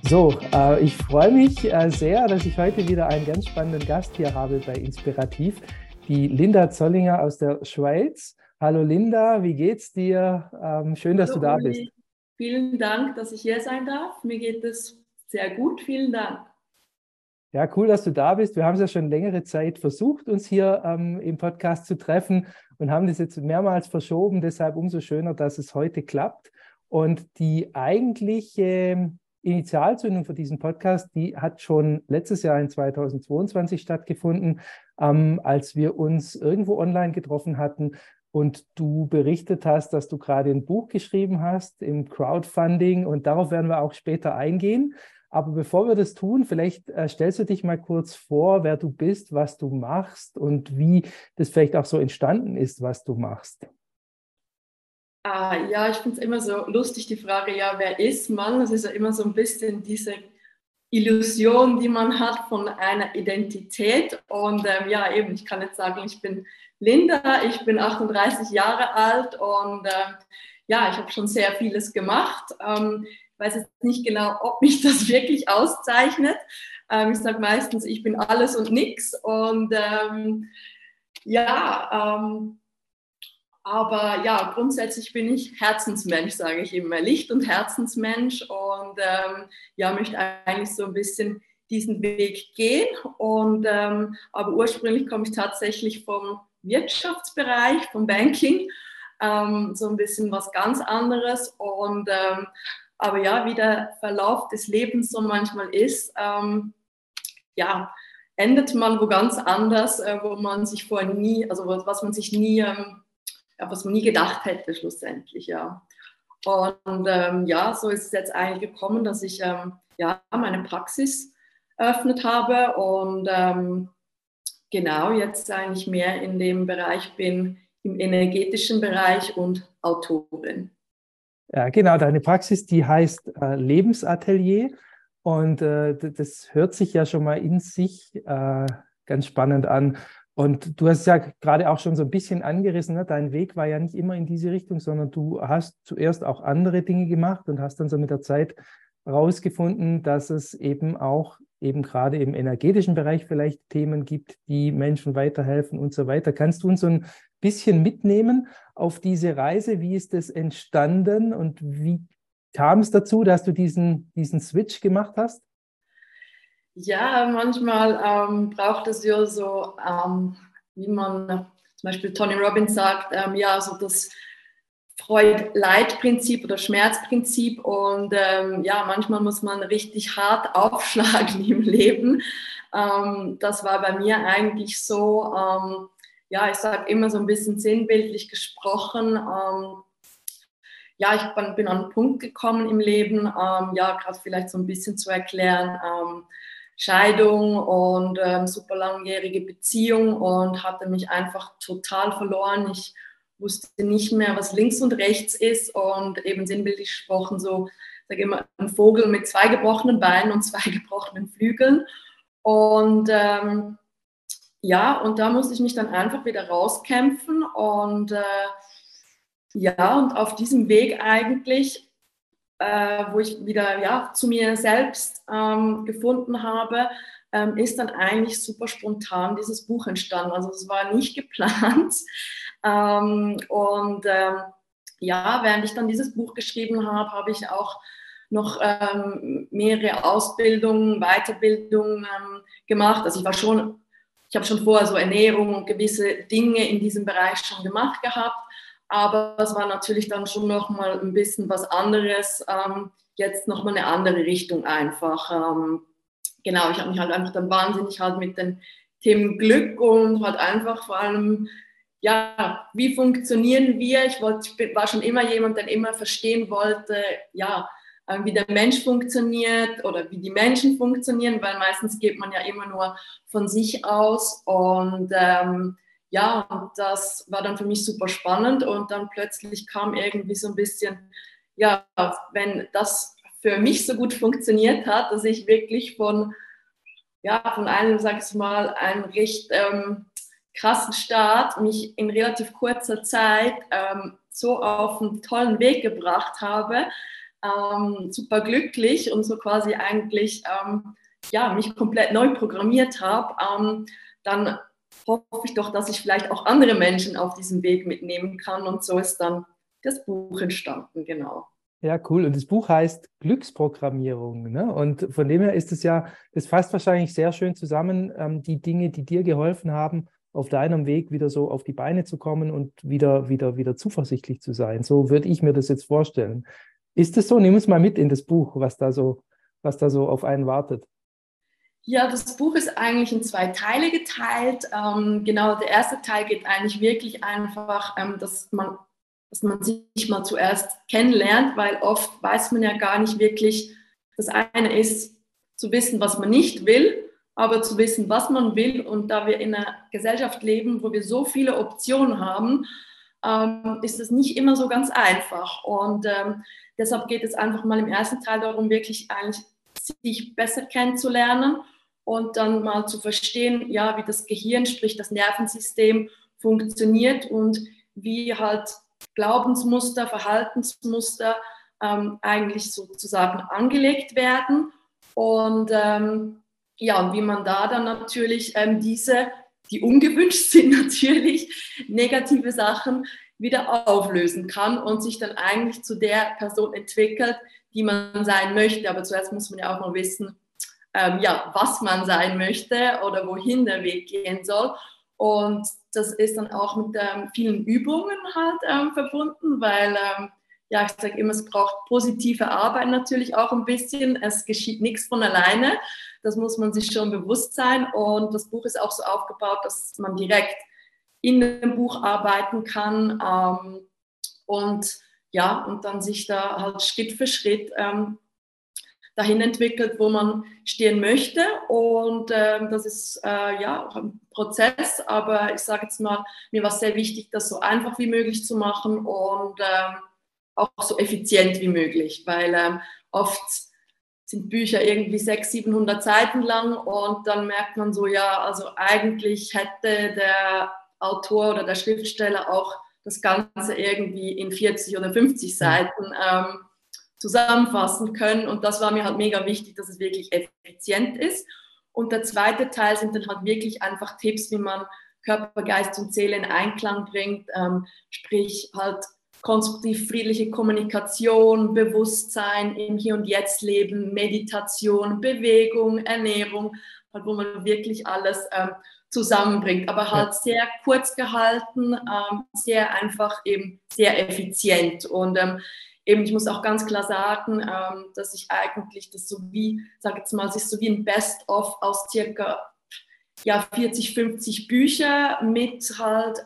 Ich freue mich sehr, dass ich heute wieder einen ganz spannenden Gast hier habe bei Inspirativ, die Linda Zollinger aus der Schweiz. Hallo Linda, wie geht's dir? Schön, dass du Hallo da bist. Uli, vielen Dank, dass ich hier sein darf. Mir geht es sehr gut, vielen Dank. Ja, cool, dass du da bist. Wir haben es ja schon längere Zeit versucht, uns hier im Podcast zu treffen und haben das jetzt mehrmals verschoben. Deshalb umso schöner, dass es heute klappt. Und die eigentliche Initialzündung für diesen Podcast, die hat schon letztes Jahr in 2022 stattgefunden, als wir uns irgendwo online getroffen hatten und du berichtet hast, dass du gerade ein Buch geschrieben hast im Crowdfunding, und darauf werden wir auch später eingehen. Aber bevor wir das tun, vielleicht stellst du dich mal kurz vor, wer du bist, was du machst und wie das vielleicht auch so entstanden ist, was du machst. Ja, ich finde es immer so lustig, die Frage, ja, wer ist man? Das ist ja immer so ein bisschen diese Illusion, die man hat von einer Identität. Und ja, eben, ich kann jetzt sagen, ich bin Linda, ich bin 38 Jahre alt und ja, ich habe schon sehr vieles gemacht. Ich weiß jetzt nicht genau, ob mich das wirklich auszeichnet. Ich sage meistens, ich bin alles und nichts. Und ja, aber ja, grundsätzlich bin ich Herzensmensch, sage ich immer, Licht- und Herzensmensch und ja, möchte eigentlich so ein bisschen diesen Weg gehen. Und aber ursprünglich komme ich tatsächlich vom Wirtschaftsbereich, vom Banking, so ein bisschen was ganz anderes. Und aber ja, wie der Verlauf des Lebens so manchmal ist, ja, endet man wo ganz anders, wo man sich vorher nie, also was man sich nie ja, was man nie gedacht hätte schlussendlich, ja. Und ja, so ist es jetzt eigentlich gekommen, dass ich ja, meine Praxis eröffnet habe und genau jetzt eigentlich mehr in dem Bereich bin, im energetischen Bereich und Autorin. Ja, genau, deine Praxis, die heißt Lebensatelier, und das hört sich ja schon mal in sich ganz spannend an. Und du hast es ja gerade auch schon so ein bisschen angerissen, ne? Dein Weg war ja nicht immer in diese Richtung, sondern du hast zuerst auch andere Dinge gemacht und hast dann so mit der Zeit herausgefunden, dass es eben auch eben gerade im energetischen Bereich vielleicht Themen gibt, die Menschen weiterhelfen und so weiter. Kannst du uns so ein bisschen mitnehmen auf diese Reise? Wie ist es entstanden und wie kam es dazu, dass du diesen Switch gemacht hast? Ja, manchmal braucht es ja so, wie man zum Beispiel Tony Robbins sagt, ja, so das Freud-Leid-Prinzip oder Schmerzprinzip. Und ja, manchmal muss man richtig hart aufschlagen im Leben. Das war bei mir eigentlich so, ja, ich sage immer so ein bisschen sinnbildlich gesprochen. Ja, ich bin an einen Punkt gekommen im Leben, ja, gerade vielleicht so ein bisschen zu erklären, Scheidung und super langjährige Beziehung und hatte mich einfach total verloren. Ich wusste nicht mehr, was links und rechts ist und eben sinnbildlich gesprochen so, ich sage immer, ein Vogel mit zwei gebrochenen Beinen und zwei gebrochenen Flügeln. Und ja, und da musste ich mich dann einfach wieder rauskämpfen und ja, und auf diesem Weg eigentlich, wo ich wieder ja, zu mir selbst gefunden habe, ist dann eigentlich super spontan dieses Buch entstanden. Also es war nicht geplant. Und ja, während ich dann dieses Buch geschrieben habe, habe ich auch noch mehrere Ausbildungen, Weiterbildungen gemacht. Also ich habe schon vorher so Ernährung und gewisse Dinge in diesem Bereich schon gemacht gehabt. Aber es war natürlich dann schon noch mal ein bisschen was anderes, jetzt noch mal eine andere Richtung einfach. Genau, ich habe mich halt einfach dann wahnsinnig halt mit den Themen Glück und halt einfach vor allem, ja, wie funktionieren wir? War schon immer jemand, der immer verstehen wollte, ja, wie der Mensch funktioniert oder wie die Menschen funktionieren, weil meistens geht man ja immer nur von sich aus und ja, und das war dann für mich super spannend und dann plötzlich kam irgendwie so ein bisschen, ja, wenn das für mich so gut funktioniert hat, dass ich wirklich ja, von einem, sag ich mal, einem recht krassen Start mich in relativ kurzer Zeit so auf einen tollen Weg gebracht habe, super glücklich und so quasi eigentlich mich komplett neu programmiert habe, dann hoffe ich doch, dass ich vielleicht auch andere Menschen auf diesem Weg mitnehmen kann. Und so ist dann das Buch entstanden, genau. Ja, cool. Und das Buch heißt Glücksprogrammierung, ne? Und von dem her ist es ja, das fasst wahrscheinlich sehr schön zusammen, die Dinge, die dir geholfen haben, auf deinem Weg wieder so auf die Beine zu kommen und wieder zuversichtlich zu sein. So würde ich mir das jetzt vorstellen. Ist es so? Nimm uns mal mit in das Buch, was da so auf einen wartet. Ja, das Buch ist eigentlich in 2 Teile geteilt. Genau, der erste Teil geht eigentlich wirklich einfach, dass man sich mal zuerst kennenlernt, weil oft weiß man ja gar nicht wirklich, das eine ist zu wissen, was man nicht will, aber zu wissen, was man will. Und da wir in einer Gesellschaft leben, wo wir so viele Optionen haben, ist es nicht immer so ganz einfach. Und deshalb geht es einfach mal im ersten Teil darum, wirklich eigentlich sich besser kennenzulernen und dann mal zu verstehen, ja, wie das Gehirn, sprich das Nervensystem funktioniert und wie halt Glaubensmuster, Verhaltensmuster eigentlich sozusagen angelegt werden und und wie man da dann natürlich die ungewünscht sind natürlich, negative Sachen wieder auflösen kann und sich dann eigentlich zu der Person entwickelt, die man sein möchte. Aber zuerst muss man ja auch mal wissen, was man sein möchte oder wohin der Weg gehen soll. Und das ist dann auch mit vielen Übungen halt verbunden, weil ich sage immer, es braucht positive Arbeit natürlich auch ein bisschen. Es geschieht nichts von alleine. Das muss man sich schon bewusst sein. Und das Buch ist auch so aufgebaut, dass man direkt in dem Buch arbeiten kann und dann sich da halt Schritt für Schritt dahin entwickelt, wo man stehen möchte. Und das ist auch ein Prozess, aber ich sage jetzt mal, mir war es sehr wichtig, das so einfach wie möglich zu machen und auch so effizient wie möglich, weil oft sind Bücher irgendwie 600, 700 Seiten lang und dann merkt man so, ja, also eigentlich hätte der Autor oder der Schriftsteller auch das Ganze irgendwie in 40 oder 50 Seiten zusammenfassen können. Und das war mir halt mega wichtig, dass es wirklich effizient ist. Und der zweite Teil sind dann halt wirklich einfach Tipps, wie man Körper, Geist und Seele in Einklang bringt, sprich halt konstruktiv friedliche Kommunikation, Bewusstsein im Hier und Jetzt leben, Meditation, Bewegung, Ernährung, halt, wo man wirklich alles zusammenbringt, aber halt sehr kurz gehalten, sehr einfach, eben sehr effizient. Und eben, ich muss auch ganz klar sagen, dass ich eigentlich das so wie, sage jetzt mal, es ist so wie ein Best-of aus circa 40, 50 Bücher mit halt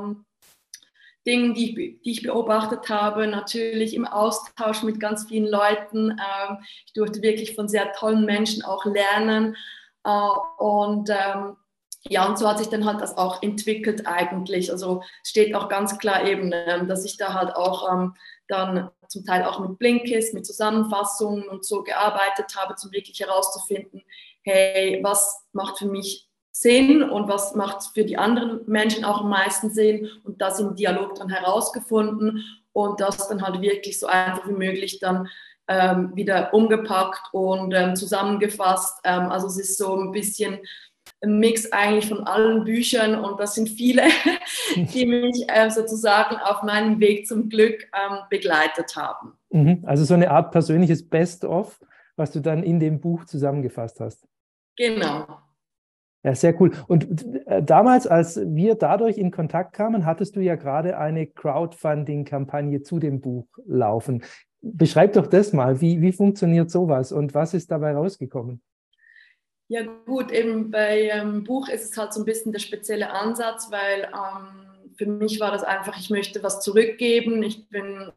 Dingen, die ich beobachtet habe, natürlich im Austausch mit ganz vielen Leuten. Ich durfte wirklich von sehr tollen Menschen auch lernen. Und so hat sich dann halt das auch entwickelt eigentlich. Also es steht auch ganz klar eben, dass ich da halt auch dann zum Teil auch mit Blinkist, mit Zusammenfassungen und so gearbeitet habe, um wirklich herauszufinden, hey, was macht für mich Sinn und was macht für die anderen Menschen auch am meisten Sinn und das im Dialog dann herausgefunden und das dann halt wirklich so einfach wie möglich dann wieder umgepackt und zusammengefasst. Also es ist so ein bisschen ein Mix eigentlich von allen Büchern und das sind viele, die mich sozusagen auf meinem Weg zum Glück begleitet haben. Also so eine Art persönliches Best-of, was du dann in dem Buch zusammengefasst hast. Genau. Ja, sehr cool. Und damals, als wir dadurch in Kontakt kamen, hattest du ja gerade eine Crowdfunding-Kampagne zu dem Buch laufen. Beschreib doch das mal. Wie funktioniert sowas und was ist dabei rausgekommen? Ja gut, eben bei Buch ist es halt so ein bisschen der spezielle Ansatz, weil für mich war das einfach, ich möchte was zurückgeben. Ich bin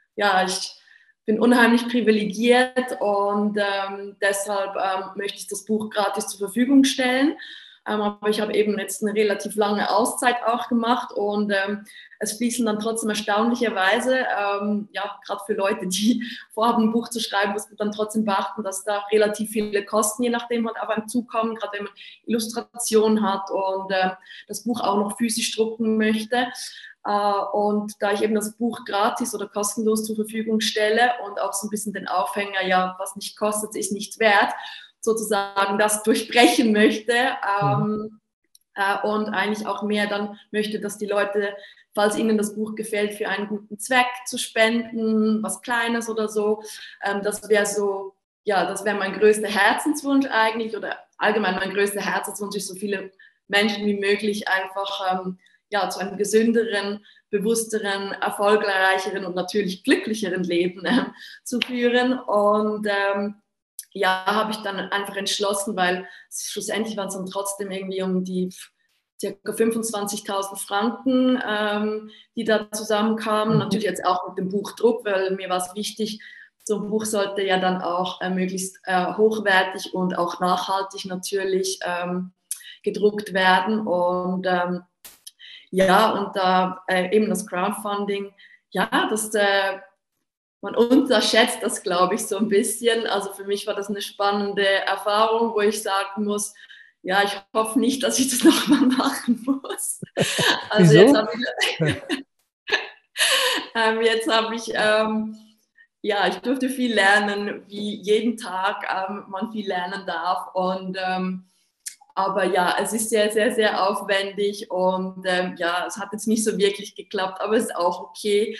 unheimlich privilegiert und deshalb möchte ich das Buch gratis zur Verfügung stellen. Aber ich habe eben jetzt eine relativ lange Auszeit auch gemacht und es fließen dann trotzdem erstaunlicherweise, gerade für Leute, die vorhaben, ein Buch zu schreiben, muss man dann trotzdem beachten, dass da relativ viele Kosten, je nachdem, halt auf einem zukommen, gerade wenn man Illustrationen hat und das Buch auch noch physisch drucken möchte. Und da ich eben das Buch gratis oder kostenlos zur Verfügung stelle und auch so ein bisschen den Aufhänger, ja, was nicht kostet, ist nichts wert, sozusagen das durchbrechen möchte. Und eigentlich auch mehr dann möchte, dass die Leute, falls ihnen das Buch gefällt, für einen guten Zweck zu spenden, was Kleines oder so. Das wäre so, ja, das wäre mein größter Herzenswunsch eigentlich, oder allgemein mein größter Herzenswunsch ist, so viele Menschen wie möglich einfach ja, zu einem gesünderen, bewussteren, erfolgreicheren und natürlich glücklicheren Leben zu führen. Und ja, habe ich dann einfach entschlossen, weil schlussendlich waren es dann trotzdem irgendwie um die ca. 25.000 Franken, die da zusammenkamen. Natürlich jetzt auch mit dem Buchdruck, weil mir war es wichtig, so ein Buch sollte ja dann auch möglichst hochwertig und auch nachhaltig natürlich gedruckt werden. Und ja, und da eben das Crowdfunding, ja, man unterschätzt das, glaube ich, so ein bisschen. Also für mich war das eine spannende Erfahrung, wo ich sagen muss, ja, ich hoffe nicht, dass ich das nochmal machen muss. Also Wieso? jetzt habe ich, ja, ich durfte viel lernen, wie jeden Tag man viel lernen darf. Und aber ja, es ist sehr, sehr, sehr aufwendig und ja, es hat jetzt nicht so wirklich geklappt, aber es ist auch okay.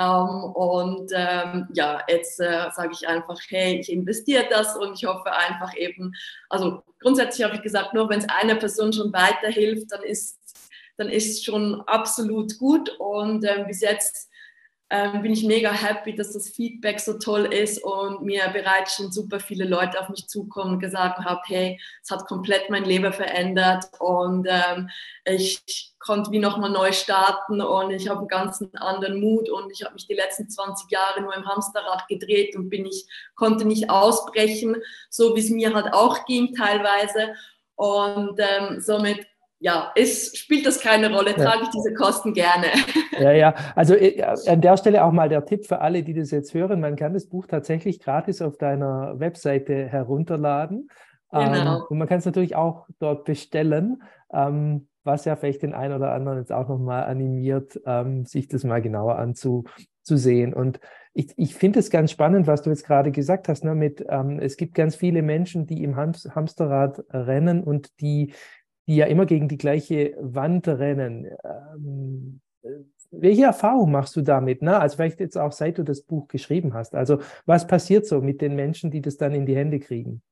Ja, jetzt sage ich einfach, hey, ich investiere das und ich hoffe einfach eben, also grundsätzlich habe ich gesagt, nur wenn es einer Person schon weiterhilft, dann ist schon absolut gut. Und bis jetzt bin ich mega happy, dass das Feedback so toll ist und mir bereits schon super viele Leute auf mich zukommen und gesagt haben, hey, es hat komplett mein Leben verändert und ich konnte wie nochmal neu starten und ich habe einen ganz anderen Mut und ich habe mich die letzten 20 Jahre nur im Hamsterrad gedreht und konnte nicht ausbrechen, so wie es mir halt auch ging teilweise. Und somit ja, spielt das keine Rolle, trage ich diese Kosten gerne. Ja, ja, also an der Stelle auch mal der Tipp für alle, die das jetzt hören. Man kann das Buch tatsächlich gratis auf deiner Webseite herunterladen. Genau. Und man kann es natürlich auch dort bestellen, was ja vielleicht den einen oder anderen jetzt auch nochmal animiert, sich das mal genauer anzusehen. Und ich finde es ganz spannend, was du jetzt gerade gesagt hast, ne, es gibt ganz viele Menschen, die im Hamsterrad rennen und die ja immer gegen die gleiche Wand rennen. Welche Erfahrung machst du damit? Ne? Also vielleicht jetzt auch, seit du das Buch geschrieben hast. Also was passiert so mit den Menschen, die das dann in die Hände kriegen?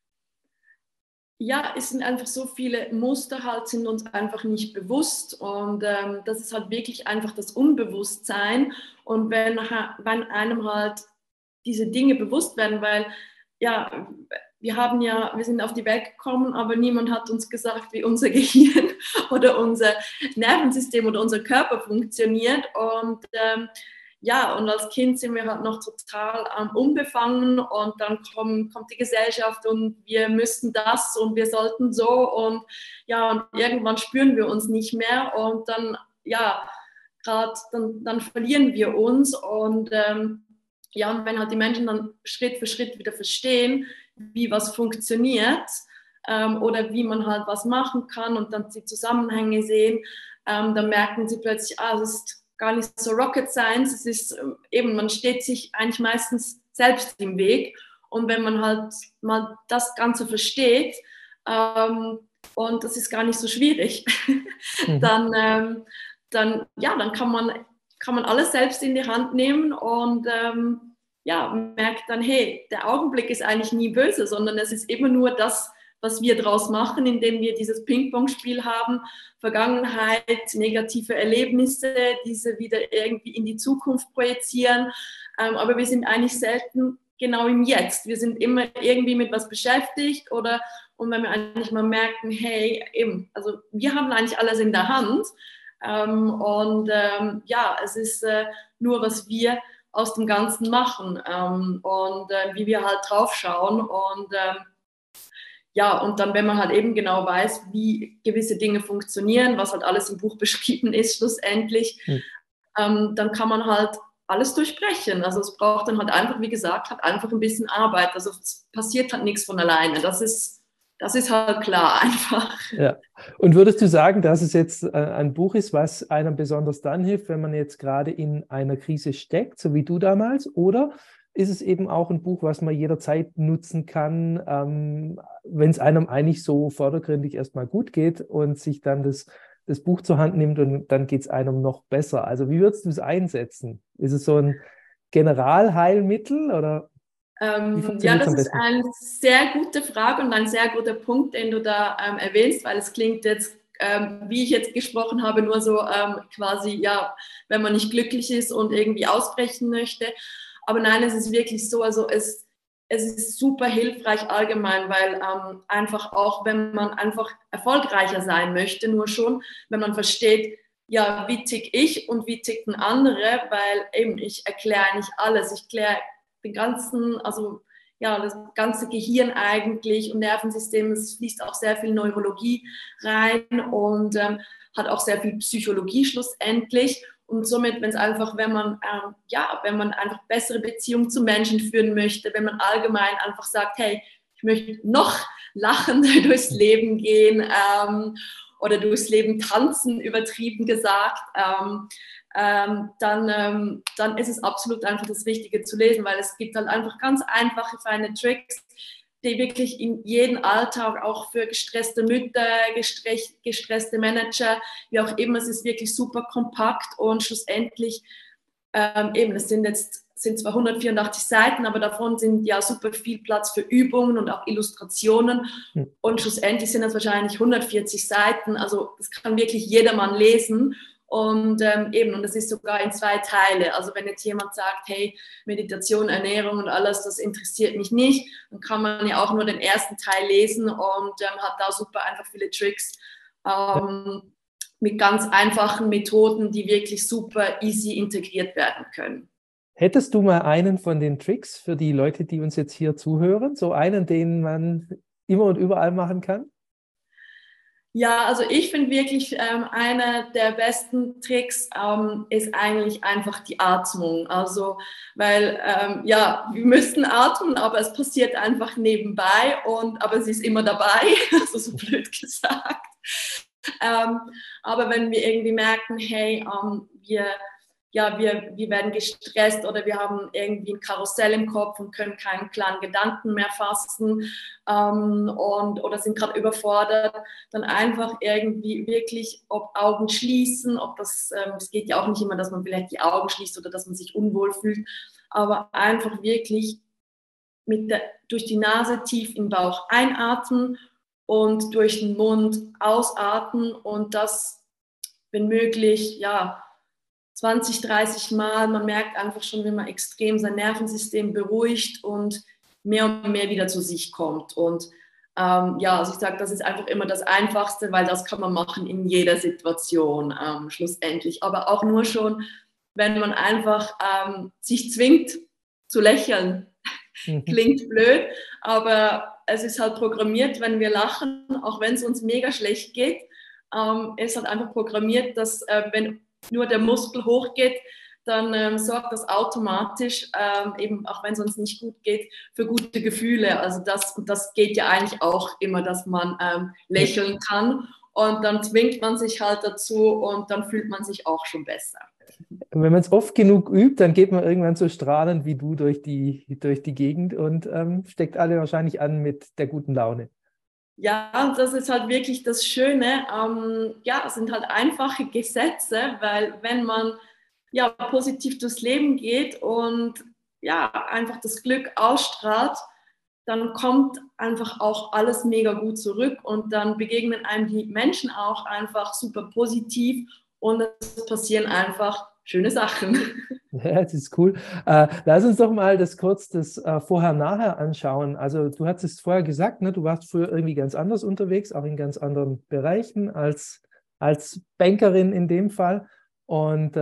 Ja, es sind einfach so viele Muster halt, sind uns einfach nicht bewusst und das ist halt wirklich einfach das Unbewusstsein und wenn einem halt diese Dinge bewusst werden, weil ja, wir sind auf die Welt gekommen, aber niemand hat uns gesagt, wie unser Gehirn oder unser Nervensystem oder unser Körper funktioniert und ja, und als Kind sind wir halt noch total unbefangen und dann kommt die Gesellschaft und wir müssten das und wir sollten so und ja, und irgendwann spüren wir uns nicht mehr und dann, ja, dann verlieren wir uns und ja, und wenn halt die Menschen dann Schritt für Schritt wieder verstehen, wie was funktioniert oder wie man halt was machen kann und dann die Zusammenhänge sehen, dann merken sie plötzlich, es ist gar nicht so Rocket Science, es ist eben, man steht sich eigentlich meistens selbst im Weg und wenn man halt mal das Ganze versteht und das ist gar nicht so schwierig, dann kann man alles selbst in die Hand nehmen und ja, merkt dann, hey, der Augenblick ist eigentlich nie böse, sondern es ist immer nur das, was wir daraus machen, indem wir dieses Ping-Pong-Spiel haben, Vergangenheit, negative Erlebnisse, diese wieder irgendwie in die Zukunft projizieren. Aber wir sind eigentlich selten genau im Jetzt. Wir sind immer irgendwie mit was beschäftigt und wenn wir eigentlich mal merken, hey, eben, also wir haben eigentlich alles in der Hand ja, es ist nur, was wir aus dem Ganzen machen wie wir halt drauf schauen und ja, und dann, wenn man halt eben genau weiß, wie gewisse Dinge funktionieren, was halt alles im Buch beschrieben ist schlussendlich, dann kann man halt alles durchbrechen. Also es braucht dann halt einfach, wie gesagt, halt einfach ein bisschen Arbeit. Also es passiert halt nichts von alleine. Das ist Das ist halt klar einfach. Ja. Und würdest du sagen, dass es jetzt ein Buch ist, was einem besonders dann hilft, wenn man jetzt gerade in einer Krise steckt, so wie du damals? Oder ist es eben auch ein Buch, was man jederzeit nutzen kann, wenn es einem eigentlich so vordergründig erstmal gut geht und sich dann das Buch zur Hand nimmt und dann geht es einem noch besser? Also wie würdest du es einsetzen? Ist es so ein Generalheilmittel oder wie Ja, funktioniert es das am ist besten? eine sehr gute Frage und ein sehr guter Punkt, den du da erwähnst, weil es klingt jetzt, wie ich jetzt gesprochen habe, nur so quasi, ja, wenn man nicht glücklich ist und irgendwie ausbrechen möchte. Aber nein, es ist wirklich so, also es ist super hilfreich allgemein, weil einfach auch, wenn man einfach erfolgreicher sein möchte, nur schon, wenn man versteht, ja, wie tick ich und wie ticken andere, weil eben ich erkläre nicht alles, ich kläre den ganzen, also ja, das ganze Gehirn eigentlich und Nervensystem, es fließt auch sehr viel Neurologie rein und hat auch sehr viel Psychologie schlussendlich. Und somit, wenn es einfach, wenn man einfach bessere Beziehungen zu Menschen führen möchte, wenn man allgemein einfach sagt, hey, ich möchte noch lachend durchs Leben gehen oder durchs Leben tanzen, übertrieben gesagt, dann ist es absolut einfach das Richtige zu lesen, weil es gibt halt einfach ganz einfache, feine Tricks, die wirklich in jeden Alltag, auch für gestresste Mütter, gestresste Manager, wie auch immer, es ist wirklich super kompakt und schlussendlich eben, es sind zwar 184 Seiten, aber davon sind ja super viel Platz für Übungen und auch Illustrationen. Hm. Und schlussendlich sind das wahrscheinlich 140 Seiten. Also das kann wirklich jedermann lesen. Und und das ist sogar in 2 Teile. Also wenn jetzt jemand sagt, hey, Meditation, Ernährung und alles, das interessiert mich nicht, dann kann man ja auch nur den ersten Teil lesen und hat da super einfach viele Tricks. Mit ganz einfachen Methoden, die wirklich super easy integriert werden können. Hättest du mal einen von den Tricks für die Leute, die uns jetzt hier zuhören, so einen, den man immer und überall machen kann? Ja, also ich finde wirklich, einer der besten Tricks ist eigentlich einfach die Atmung. Also, weil, ja, wir müssen atmen, aber es passiert einfach nebenbei aber sie ist immer dabei, also so blöd gesagt. Aber wenn wir irgendwie merken, hey, wir werden gestresst oder wir haben irgendwie ein Karussell im Kopf und können keinen klaren Gedanken mehr fassen oder sind gerade überfordert, dann einfach irgendwie wirklich, ob Augen schließen, es geht ja auch nicht immer, dass man vielleicht die Augen schließt oder dass man sich unwohl fühlt, aber einfach wirklich durch die Nase tief in den Bauch einatmen und durch den Mund ausatmen und das, wenn möglich, ja, 20, 30 Mal. Man merkt einfach schon, wie man extrem sein Nervensystem beruhigt und mehr wieder zu sich kommt. Und also ich sage, das ist einfach immer das Einfachste, weil das kann man machen in jeder Situation schlussendlich. Aber auch nur schon, wenn man einfach sich zwingt zu lächeln. Klingt blöd, aber es ist halt programmiert, wenn wir lachen, auch wenn es uns mega schlecht geht, ist halt einfach programmiert, dass wenn nur der Muskel hochgeht, dann sorgt das automatisch, eben auch wenn es uns nicht gut geht, für gute Gefühle. Also das geht ja eigentlich auch immer, dass man lächeln kann und dann zwingt man sich halt dazu und dann fühlt man sich auch schon besser. Wenn man es oft genug übt, dann geht man irgendwann so strahlend wie du durch die Gegend und steckt alle wahrscheinlich an mit der guten Laune. Ja, und das ist halt wirklich das Schöne. Es sind halt einfache Gesetze, weil wenn man ja positiv durchs Leben geht und ja einfach das Glück ausstrahlt, dann kommt einfach auch alles mega gut zurück und dann begegnen einem die Menschen auch einfach super positiv und es passieren einfach schöne Sachen. Ja, das ist cool. Lass uns doch mal das Vorher-Nachher anschauen. Also du hattest es vorher gesagt, ne, du warst früher irgendwie ganz anders unterwegs, auch in ganz anderen Bereichen als Bankerin in dem Fall. Und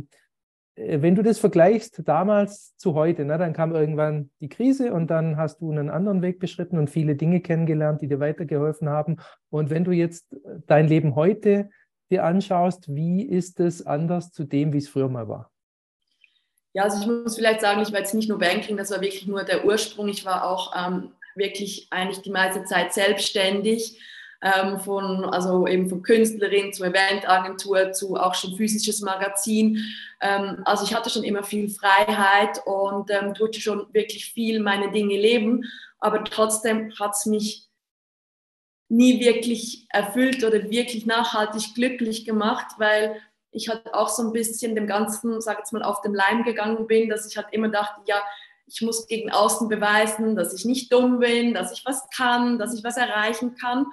wenn du das vergleichst damals zu heute, ne, dann kam irgendwann die Krise und dann hast du einen anderen Weg beschritten und viele Dinge kennengelernt, die dir weitergeholfen haben. Und wenn du jetzt dein Leben heute dir anschaust, wie ist es anders zu dem, wie es früher mal war? Ja, also ich muss vielleicht sagen, ich war jetzt nicht nur Banking, das war wirklich nur der Ursprung. Ich war auch wirklich eigentlich die meiste Zeit selbstständig, also eben von Künstlerin zu Eventagentur zu auch schon physisches Magazin. Also ich hatte schon immer viel Freiheit und durfte schon wirklich viel meine Dinge leben, aber trotzdem hat es mich nie wirklich erfüllt oder wirklich nachhaltig glücklich gemacht, weil ich halt auch so ein bisschen dem Ganzen, sag jetzt mal, auf den Leim gegangen bin, dass ich halt immer dachte, ja, ich muss gegen außen beweisen, dass ich nicht dumm bin, dass ich was kann, dass ich was erreichen kann.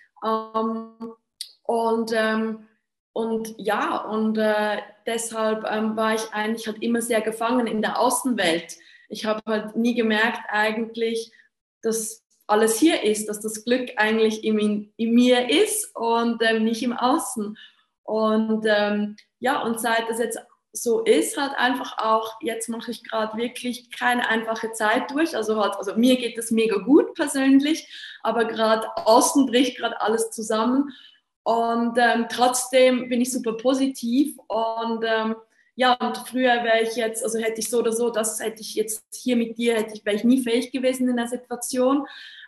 Und deshalb war ich eigentlich halt immer sehr gefangen in der Außenwelt. Ich habe halt nie gemerkt eigentlich, dass alles hier ist, dass das Glück eigentlich in mir ist und nicht im Außen. Und und seit das jetzt so ist, halt einfach auch, jetzt mache ich gerade wirklich keine einfache Zeit durch. Also mir geht es mega gut persönlich, aber gerade außen bricht gerade alles zusammen. Und trotzdem bin ich super positiv und und früher wäre ich jetzt, also hätte ich so oder so, das hätte ich jetzt hier mit dir, wäre ich nie fähig gewesen in der Situation.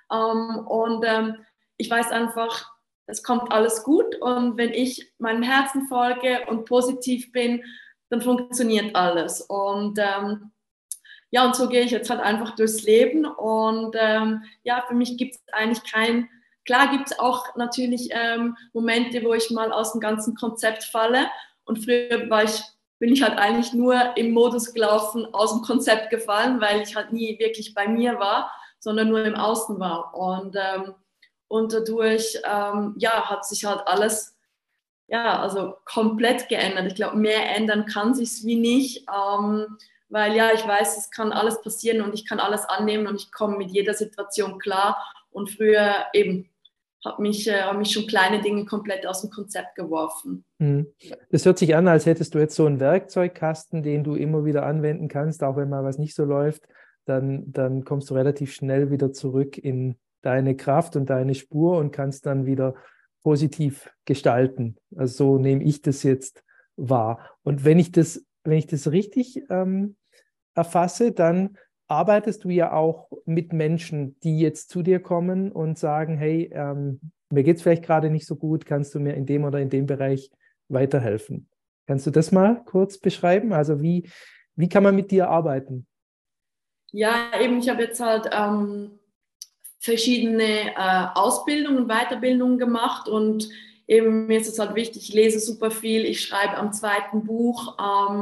Ich weiß einfach, es kommt alles gut und wenn ich meinem Herzen folge und positiv bin, dann funktioniert alles. Und und so gehe ich jetzt halt einfach durchs Leben und für mich gibt es eigentlich klar gibt es auch natürlich Momente, wo ich mal aus dem ganzen Konzept falle und früher bin ich halt eigentlich nur im Modus gelaufen, aus dem Konzept gefallen, weil ich halt nie wirklich bei mir war, sondern nur im Außen war. Und dadurch hat sich halt alles also komplett geändert. Ich glaube, mehr ändern kann sich's wie nicht, weil ich weiß, es kann alles passieren und ich kann alles annehmen und ich komme mit jeder Situation klar. Und früher eben haben mich schon kleine Dinge komplett aus dem Konzept geworfen. Das hört sich an, als hättest du jetzt so einen Werkzeugkasten, den du immer wieder anwenden kannst, auch wenn mal was nicht so läuft, dann kommst du relativ schnell wieder zurück in deine Kraft und deine Spur und kannst dann wieder positiv gestalten. Also so nehme ich das jetzt wahr. Und wenn ich das richtig erfasse, dann arbeitest du ja auch mit Menschen, die jetzt zu dir kommen und sagen, hey, mir geht es vielleicht gerade nicht so gut, kannst du mir in dem oder in dem Bereich weiterhelfen? Kannst du das mal kurz beschreiben? Also wie kann man mit dir arbeiten? Ja, eben, ich habe jetzt halt verschiedene Ausbildungen, Weiterbildungen gemacht und eben mir ist es halt wichtig, ich lese super viel, ich schreibe am zweiten Buch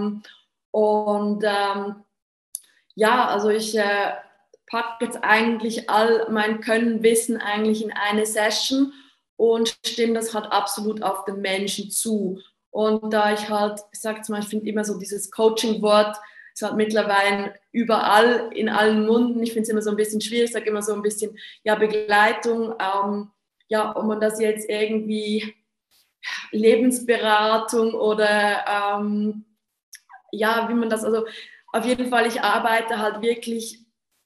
also ich packe jetzt eigentlich all mein Können, Wissen eigentlich in eine Session und stimme das halt absolut auf den Menschen zu. Und da ich halt, ich sage jetzt mal, ich finde immer so dieses Coaching-Wort, ist halt mittlerweile überall, in allen Munden. Ich finde es immer so ein bisschen schwierig, ich sage immer so ein bisschen, Begleitung, ob man das jetzt irgendwie Lebensberatung oder wie man das, also auf jeden Fall, ich arbeite halt wirklich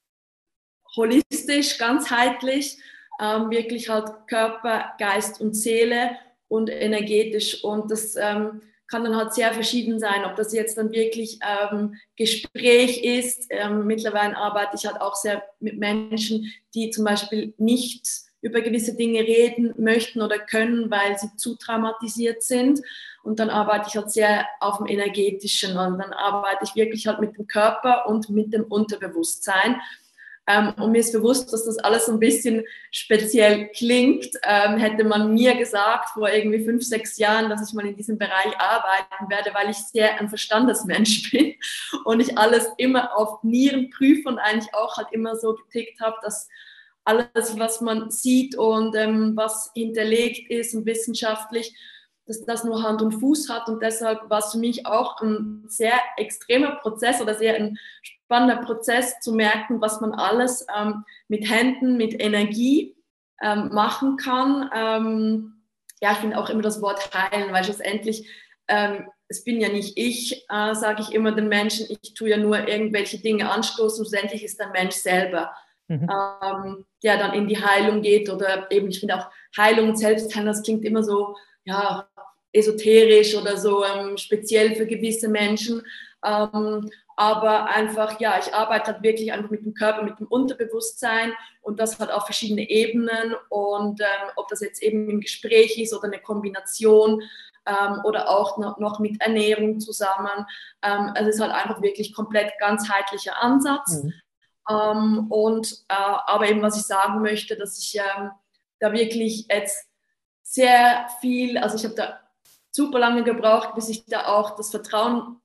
holistisch, ganzheitlich, wirklich halt Körper, Geist und Seele und energetisch und das kann dann halt sehr verschieden sein, ob das jetzt dann wirklich Gespräch ist. Mittlerweile arbeite ich halt auch sehr mit Menschen, die zum Beispiel nicht über gewisse Dinge reden möchten oder können, weil sie zu traumatisiert sind. Und dann arbeite ich halt sehr auf dem Energetischen. Und dann arbeite ich wirklich halt mit dem Körper und mit dem Unterbewusstsein. Und mir ist bewusst, dass das alles so ein bisschen speziell klingt. Hätte man mir gesagt vor irgendwie 5, 6 Jahren, dass ich mal in diesem Bereich arbeiten werde, weil ich sehr ein Verstandesmensch bin und ich alles immer auf Nieren prüfe und eigentlich auch halt immer so getickt habe, dass alles, was man sieht und was hinterlegt ist und wissenschaftlich, dass das nur Hand und Fuß hat und deshalb war es für mich auch ein sehr extremer Prozess oder sehr ein spannender Prozess zu merken, was man alles mit Händen, mit Energie machen kann. Ich finde auch immer das Wort heilen, weil schlussendlich, es bin ja nicht ich, sage ich immer den Menschen, ich tue ja nur irgendwelche Dinge anstoßen und schlussendlich ist der Mensch selber, der dann in die Heilung geht oder eben, ich finde auch Heilung und Selbstheilung, das klingt immer so, esoterisch oder so speziell für gewisse Menschen. aber einfach, ja, ich arbeite halt wirklich einfach mit dem Körper, mit dem Unterbewusstsein und das hat auch verschiedene Ebenen und ob das jetzt eben im Gespräch ist oder eine Kombination oder auch noch mit Ernährung zusammen. Also es ist halt einfach wirklich komplett ganzheitlicher Ansatz. Mhm. Aber eben, was ich sagen möchte, dass ich da wirklich jetzt sehr viel, also ich habe da super lange gebraucht, bis ich da auch das Vertrauen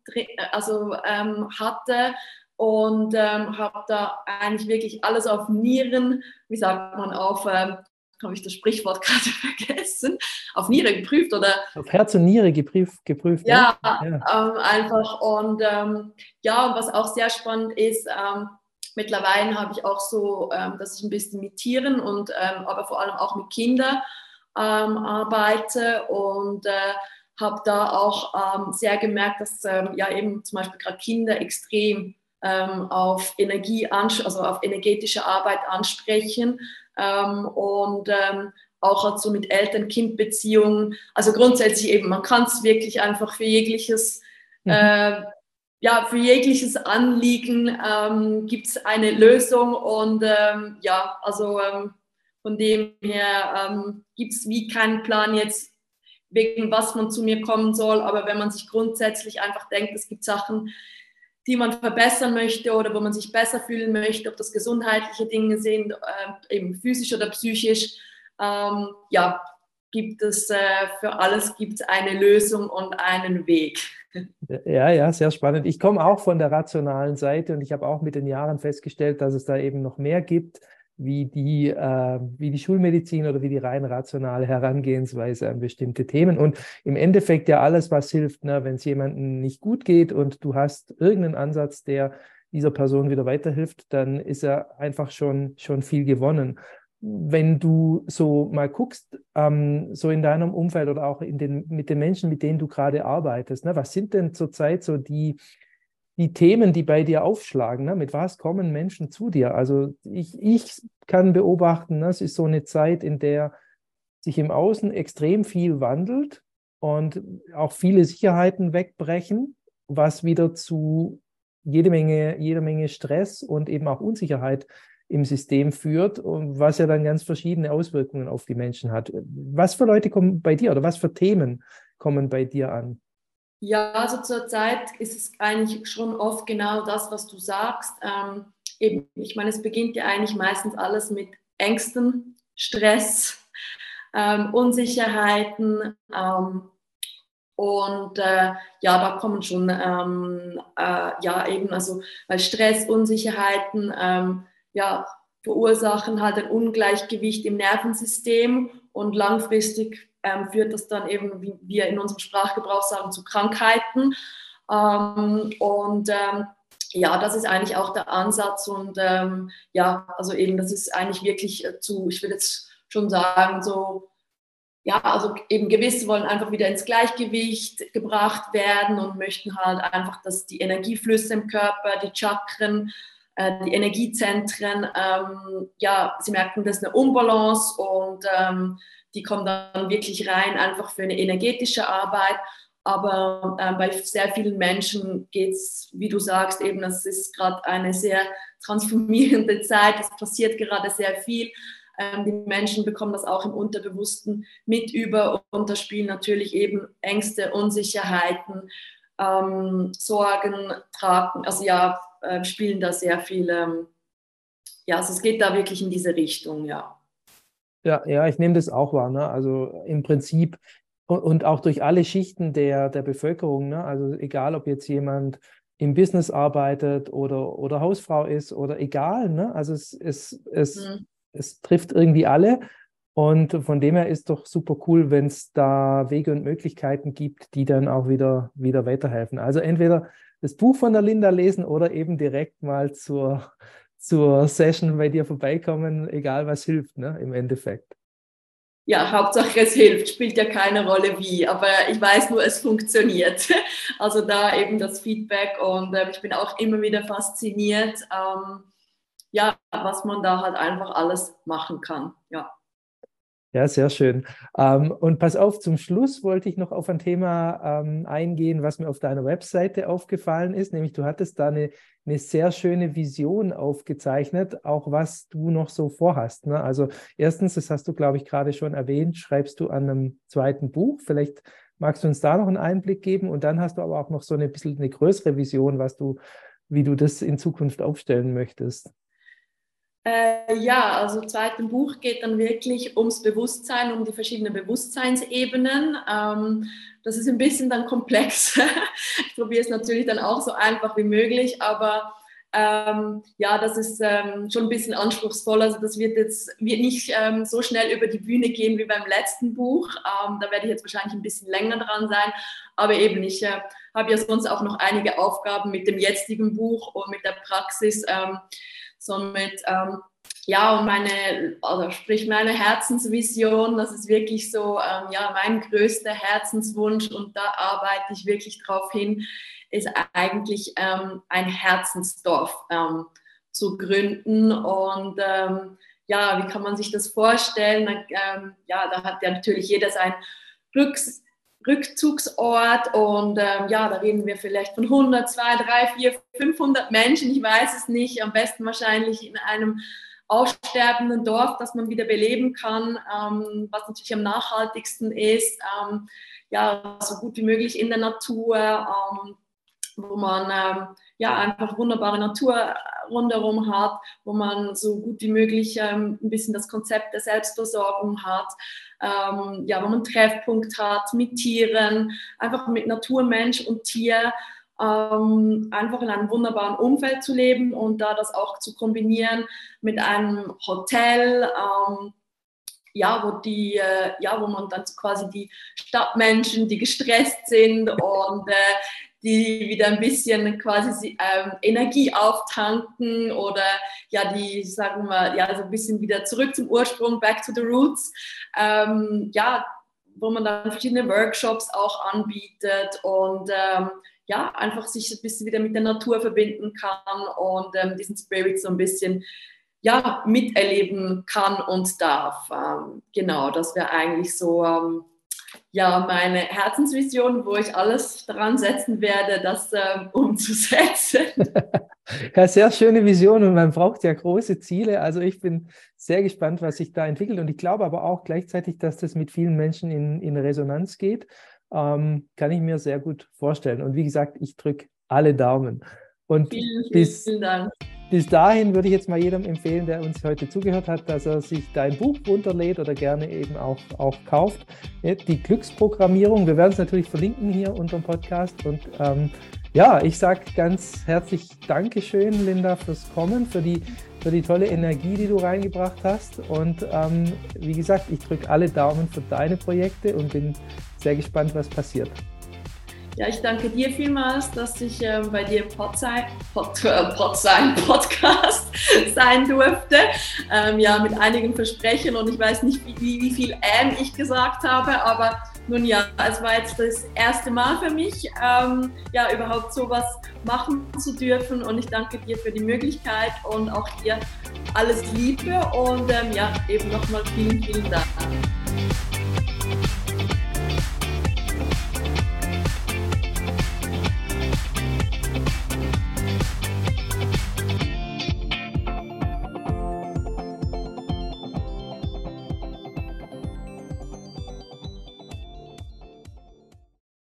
hatte und habe da eigentlich wirklich alles auf Nieren, wie sagt man, habe ich das Sprichwort gerade vergessen, auf Niere geprüft oder Auf Herz und Niere geprüft, ne? ja, Ja. einfach und ja, und was auch sehr spannend ist, mittlerweile habe ich auch so, dass ich ein bisschen mit Tieren und aber vor allem auch mit Kindern arbeite und habe da auch sehr gemerkt, dass ja eben zum Beispiel gerade Kinder extrem auf also auf energetische Arbeit ansprechen und auch halt so mit Eltern-Kind-Beziehungen. Also grundsätzlich eben, man kann es wirklich einfach für jegliches Mhm. ja, für jegliches Anliegen gibt es eine Lösung und ja, also von dem her gibt es wie keinen Plan jetzt, wegen was man zu mir kommen soll, aber wenn man sich grundsätzlich einfach denkt, es gibt Sachen, die man verbessern möchte oder wo man sich besser fühlen möchte, ob das gesundheitliche Dinge sind, eben physisch oder psychisch, ja, gibt es für alles gibt eine Lösung und einen Weg. Ja, ja, sehr spannend. Ich komme auch von der rationalen Seite und ich habe auch mit den Jahren festgestellt, dass es da eben noch mehr gibt, wie die Schulmedizin oder wie die rein rationale Herangehensweise an bestimmte Themen. Und im Endeffekt ja alles, was hilft, ne? Wenn es jemandem nicht gut geht und du hast irgendeinen Ansatz, der dieser Person wieder weiterhilft, dann ist ja einfach schon viel gewonnen. Wenn du so mal guckst, so in deinem Umfeld oder auch mit den Menschen, mit denen du gerade arbeitest, ne, was sind denn zurzeit so die Themen, die bei dir aufschlagen? Ne? Mit was kommen Menschen zu dir? Also ich kann beobachten, ne, es ist so eine Zeit, in der sich im Außen extrem viel wandelt und auch viele Sicherheiten wegbrechen, was wieder zu jede Menge Stress und eben auch Unsicherheit im System führt und was ja dann ganz verschiedene Auswirkungen auf die Menschen hat. Was für Leute kommen bei dir oder was für Themen kommen bei dir an? Ja, also zurzeit ist es eigentlich schon oft genau das, was du sagst. Eben, ich meine, es beginnt ja eigentlich meistens alles mit Ängsten, Stress, Unsicherheiten. Und ja, da kommen schon, ja, eben, also, weil Stress, Unsicherheiten, ja, verursachen halt ein Ungleichgewicht im Nervensystem und langfristig führt das dann eben, wie wir in unserem Sprachgebrauch sagen, zu Krankheiten. Und ja, das ist eigentlich auch der Ansatz und ja, also eben, das ist eigentlich wirklich ich würde jetzt schon sagen, so, ja, also eben gewisse wollen einfach wieder ins Gleichgewicht gebracht werden und möchten halt einfach, dass die Energieflüsse im Körper, die Chakren, die Energiezentren, ja, sie merken, das ist eine Unbalance und die kommen dann wirklich rein, einfach für eine energetische Arbeit. Aber bei sehr vielen Menschen geht es, wie du sagst, eben, das ist gerade eine sehr transformierende Zeit, es passiert gerade sehr viel. Die Menschen bekommen das auch im Unterbewussten mit über und da spielen natürlich eben Ängste, Unsicherheiten, Sorgen, Tragen, also ja, spielen da sehr viel, ja, also es geht da wirklich in diese Richtung, ja. Ja, ja, ich nehme das auch wahr. Ne? Also im Prinzip und auch durch alle Schichten der Bevölkerung. Ne? Also egal, ob jetzt jemand im Business arbeitet oder Hausfrau ist oder egal. Ne? Also Mhm. es trifft irgendwie alle. Und von dem her ist doch super cool, wenn es da Wege und Möglichkeiten gibt, die dann auch wieder weiterhelfen. Also entweder das Buch von der Linda lesen oder eben direkt mal zur Session bei dir vorbeikommen, egal was hilft, ne, im Endeffekt. Ja, Hauptsache es hilft, spielt ja keine Rolle wie, aber ich weiß nur, es funktioniert. Also da eben das Feedback und ich bin auch immer wieder fasziniert, ja, was man da halt einfach alles machen kann, ja. Ja, sehr schön. Und pass auf, zum Schluss wollte ich noch auf ein Thema eingehen, was mir auf deiner Webseite aufgefallen ist, nämlich du hattest da eine sehr schöne Vision aufgezeichnet, auch was du noch so vorhast. Ne? Also erstens, das hast du, glaube ich, gerade schon erwähnt, schreibst du an einem zweiten Buch. Vielleicht magst du uns da noch einen Einblick geben und dann hast du aber auch noch so ein bisschen eine größere Vision, wie du das in Zukunft aufstellen möchtest. Ja, also im zweiten Buch geht dann wirklich ums Bewusstsein, um die verschiedenen Bewusstseinsebenen. Das ist ein bisschen dann komplex. Ich probiere es natürlich dann auch so einfach wie möglich, aber ja, das ist schon ein bisschen anspruchsvoll. Also das wird nicht so schnell über die Bühne gehen wie beim letzten Buch. Da werde ich jetzt wahrscheinlich ein bisschen länger dran sein. Aber eben, ich habe ja sonst auch noch einige Aufgaben mit dem jetzigen Buch und mit der Praxis. Somit, ja, und meine Herzensvision, das ist wirklich so, ja, mein größter Herzenswunsch und da arbeite ich wirklich drauf hin, ist eigentlich ein Herzensdorf zu gründen und ja, wie kann man sich das vorstellen? Ja, da hat ja natürlich jeder sein Rückzugsort und ja, da reden wir vielleicht von 100, 200, 300, 400, 500 Menschen, ich weiß es nicht, am besten wahrscheinlich in einem aussterbenden Dorf, das man wieder beleben kann, was natürlich am nachhaltigsten ist, ja, so gut wie möglich in der Natur, wo man ja, einfach wunderbare Natur rundherum hat, wo man so gut wie möglich ein bisschen das Konzept der Selbstversorgung hat, ja, wo man einen Treffpunkt hat mit Tieren, einfach mit Natur, Mensch und Tier, einfach in einem wunderbaren Umfeld zu leben und da das auch zu kombinieren mit einem Hotel, ja, wo man dann quasi die Stadtmenschen, die gestresst sind und die wieder ein bisschen quasi Energie auftanken oder ja, die, sagen wir, ja, so ein bisschen wieder zurück zum Ursprung, back to the roots, ja, wo man dann verschiedene Workshops auch anbietet und ja, einfach sich ein bisschen wieder mit der Natur verbinden kann und diesen Spirit so ein bisschen ja, miterleben kann und darf. Genau, das wäre eigentlich so ja, meine Herzensvision, wo ich alles daran setzen werde, das umzusetzen. Ja, sehr schöne Vision und man braucht ja große Ziele. Also ich bin sehr gespannt, was sich da entwickelt und ich glaube aber auch gleichzeitig, dass das mit vielen Menschen in Resonanz geht. Kann ich mir sehr gut vorstellen. Und wie gesagt, ich drücke alle Daumen. Und vielen Dank. Bis dahin würde ich jetzt mal jedem empfehlen, der uns heute zugehört hat, dass er sich dein Buch runterlädt oder gerne eben auch kauft. Die Glücksprogrammierung, wir werden es natürlich verlinken hier unter dem Podcast. Und ja, ich sage ganz herzlich Dankeschön, Linda, fürs Kommen, für die tolle Energie, die du reingebracht hast. Und wie gesagt, ich drücke alle Daumen für deine Projekte und bin sehr gespannt, was passiert. Ja, ich danke dir vielmals, dass ich bei dir im Podcast sein durfte. Ja, mit einigen Versprechen und ich weiß nicht, wie viel ich gesagt habe, aber nun ja, es war jetzt das erste Mal für mich, ja, überhaupt sowas machen zu dürfen und ich danke dir für die Möglichkeit und auch dir alles Liebe und ja, eben nochmal vielen Dank.